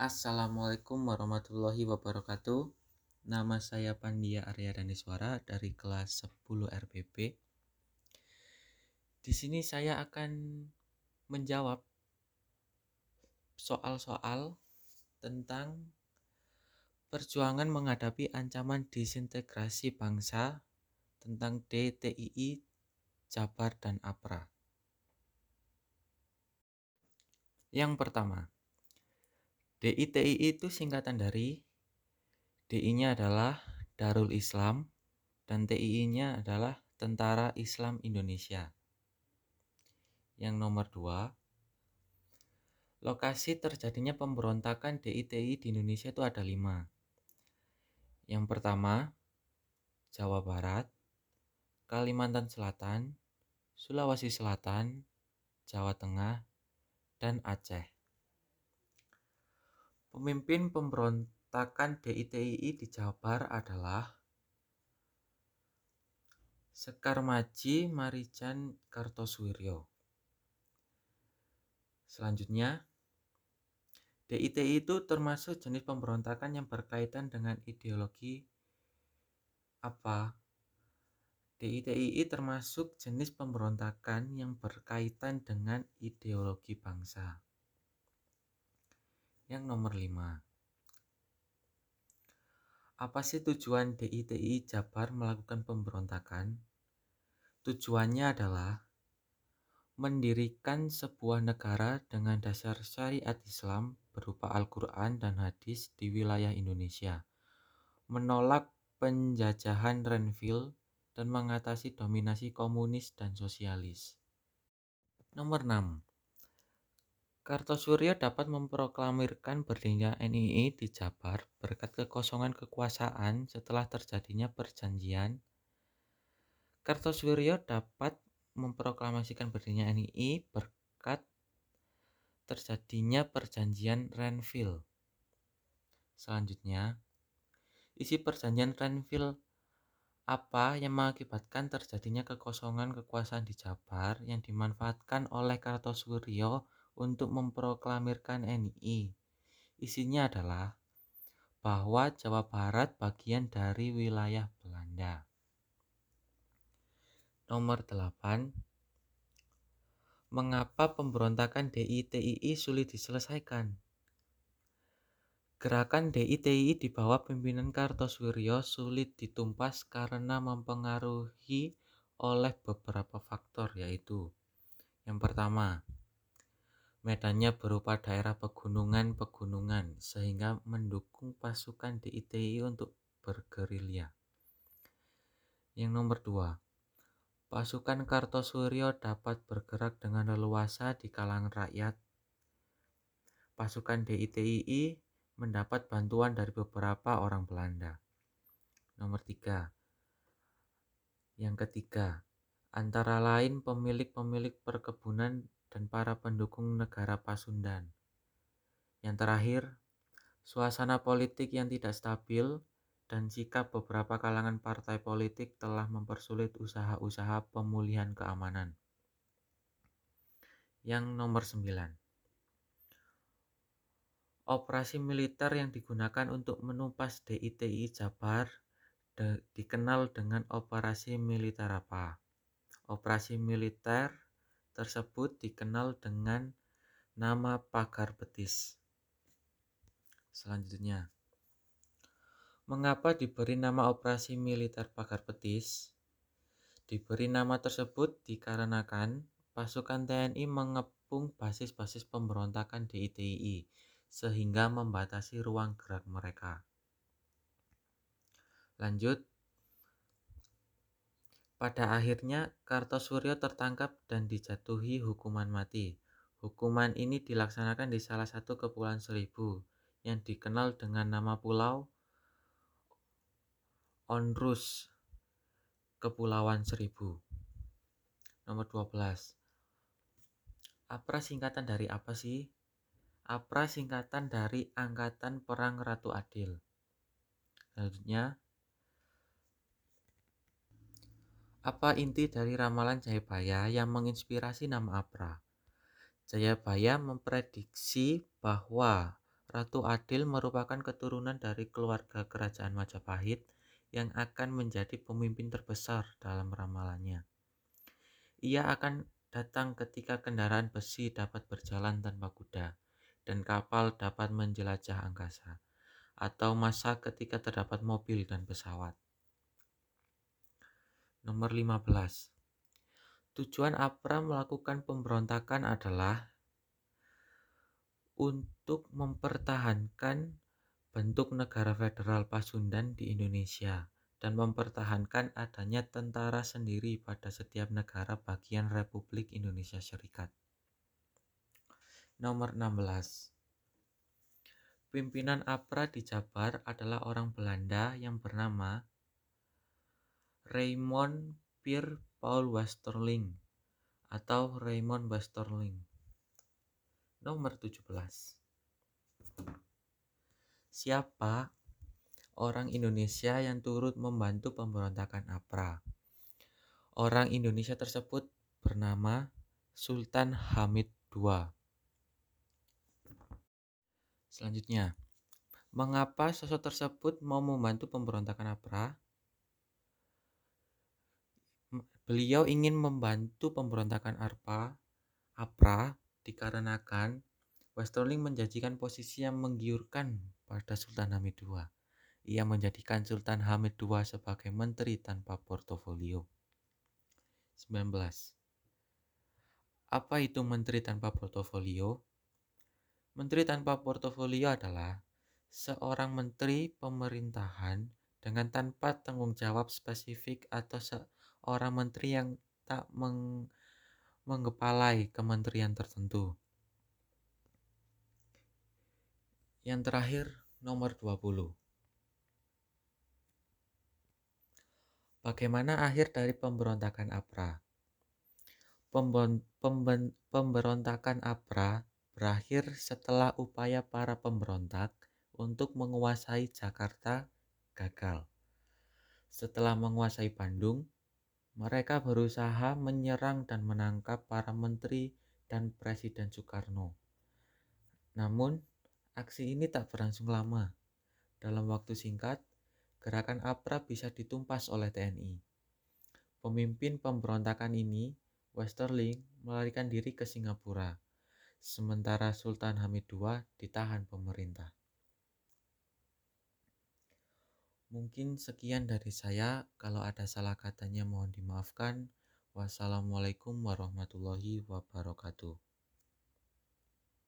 Assalamualaikum warahmatullahi wabarakatuh. Nama saya Pandia Arya Daniswara dari kelas 10 RPP. Di sini saya akan menjawab soal-soal tentang perjuangan menghadapi ancaman disintegrasi bangsa tentang DTII, Jabar, dan APRA. Yang pertama, DITII itu singkatan dari DI-nya adalah Darul Islam dan TII-nya adalah Tentara Islam Indonesia. Yang nomor 2, lokasi terjadinya pemberontakan DITI di Indonesia itu ada 5. Yang pertama, Jawa Barat, Kalimantan Selatan, Sulawesi Selatan, Jawa Tengah, dan Aceh. Pemimpin pemberontakan DITI di Jabar adalah Sekar Maji Marijan Kartosoewirjo. Selanjutnya, DITI itu termasuk jenis pemberontakan yang berkaitan dengan ideologi apa? DITI termasuk jenis pemberontakan yang berkaitan dengan ideologi bangsa. Yang nomor 5. Apa sih tujuan DITI Jabar melakukan pemberontakan? Tujuannya adalah mendirikan sebuah negara dengan dasar syariat Islam berupa Al-Quran dan Hadis di wilayah Indonesia, menolak penjajahan Renville, dan mengatasi dominasi komunis dan sosialis. Nomor 6. Kartosoewirjo dapat memproklamirkan berdirinya NII di Jabar berkat kekosongan kekuasaan setelah terjadinya perjanjian. Kartosoewirjo dapat memproklamasikan berdirinya NII berkat terjadinya perjanjian Renville. Selanjutnya, isi perjanjian Renville apa yang mengakibatkan terjadinya kekosongan kekuasaan di Jabar yang dimanfaatkan oleh Kartosoewirjo untuk memproklamirkan NII. Isinya adalah bahwa Jawa Barat bagian dari wilayah Belanda. Nomor 8. Mengapa pemberontakan DITII sulit diselesaikan? Gerakan DITII di bawah pimpinan Kartosoewirjo sulit ditumpas karena mempengaruhi oleh beberapa faktor, yaitu yang pertama, medannya berupa daerah pegunungan sehingga mendukung pasukan DITII untuk bergerilya. Yang nomor 2, pasukan Kartosoewirjo dapat bergerak dengan leluasa di kalangan rakyat. Pasukan DITII mendapat bantuan dari beberapa orang Belanda. Nomor 3. Yang ketiga, antara lain pemilik-pemilik perkebunan dan para pendukung negara Pasundan. Yang terakhir, suasana politik yang tidak stabil dan sikap beberapa kalangan partai politik telah mempersulit usaha-usaha pemulihan keamanan. Yang nomor 9. Operasi militer yang digunakan untuk menumpas DITI Jabar dikenal dengan operasi militer apa? Operasi militer tersebut dikenal dengan nama Pagar Betis. Selanjutnya, mengapa diberi nama operasi militer Pagar Betis? Diberi nama tersebut dikarenakan pasukan TNI mengepung basis-basis pemberontakan DITI sehingga membatasi ruang gerak mereka. Lanjut, pada akhirnya Kartosoewirjo tertangkap dan dijatuhi hukuman mati. Hukuman ini dilaksanakan di salah satu kepulauan Seribu yang dikenal dengan nama Pulau Onrus, Kepulauan Seribu. Nomor 12. APRA singkatan dari apa sih? APRA singkatan dari Angkatan Perang Ratu Adil. Selanjutnya, apa inti dari ramalan Jayabaya yang menginspirasi nama APRA? Jayabaya memprediksi bahwa Ratu Adil merupakan keturunan dari keluarga kerajaan Majapahit yang akan menjadi pemimpin terbesar dalam ramalannya. Ia akan datang ketika kendaraan besi dapat berjalan tanpa kuda dan kapal dapat menjelajah angkasa, atau masa ketika terdapat mobil dan pesawat. Nomor 15. Tujuan APRA melakukan pemberontakan adalah untuk mempertahankan bentuk negara federal Pasundan di Indonesia dan mempertahankan adanya tentara sendiri pada setiap negara bagian Republik Indonesia Serikat. Nomor 16. Pimpinan APRA di Jabar adalah orang Belanda yang bernama Raymond Pierre Paul Westerling atau Raymond Westerling. Nomor 17. Siapa orang Indonesia yang turut membantu pemberontakan APRA? Orang Indonesia tersebut bernama Sultan Hamid II. Selanjutnya, mengapa sosok tersebut mau membantu pemberontakan APRA? Beliau ingin membantu pemberontakan APRA dikarenakan Westerling menjanjikan posisi yang menggiurkan pada Sultan Hamid II. Ia menjadikan Sultan Hamid II sebagai menteri tanpa portofolio. 19. Apa itu menteri tanpa portofolio? Menteri tanpa portofolio adalah seorang menteri pemerintahan dengan tanpa tanggung jawab spesifik atau seorang menteri yang tak menggepalai kementerian tertentu. Yang terakhir, nomor 20. Bagaimana akhir dari pemberontakan APRA? Pemberontakan APRA berakhir setelah upaya para pemberontak untuk menguasai Jakarta gagal. Setelah menguasai Bandung, mereka berusaha menyerang dan menangkap para menteri dan Presiden Soekarno. Namun, aksi ini tak berlangsung lama. Dalam waktu singkat, gerakan APRA bisa ditumpas oleh TNI. Pemimpin pemberontakan ini, Westerling, melarikan diri ke Singapura, sementara Sultan Hamid II ditahan pemerintah. Mungkin sekian dari saya. Kalau ada salah katanya mohon dimaafkan. Wassalamualaikum warahmatullahi wabarakatuh.